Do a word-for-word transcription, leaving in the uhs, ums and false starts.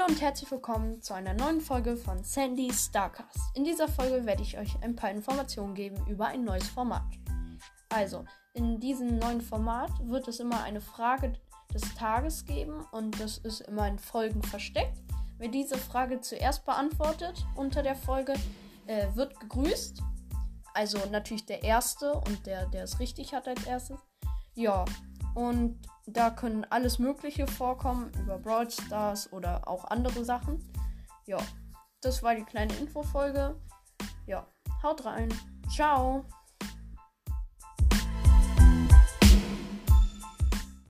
Hallo und herzlich willkommen zu einer neuen Folge von Sandy Starcast. In dieser Folge werde ich euch ein paar Informationen geben über ein neues Format. Also, in diesem neuen Format wird es immer eine Frage des Tages geben und das ist immer in Folgen versteckt. Wer diese Frage zuerst beantwortet unter der Folge, äh, wird gegrüßt. Also natürlich der Erste und der, der es richtig hat als erstes. Ja, und da können alles Mögliche vorkommen, über Brawl Stars oder auch andere Sachen. Ja, das war die kleine Infofolge. Ja, haut rein. Ciao.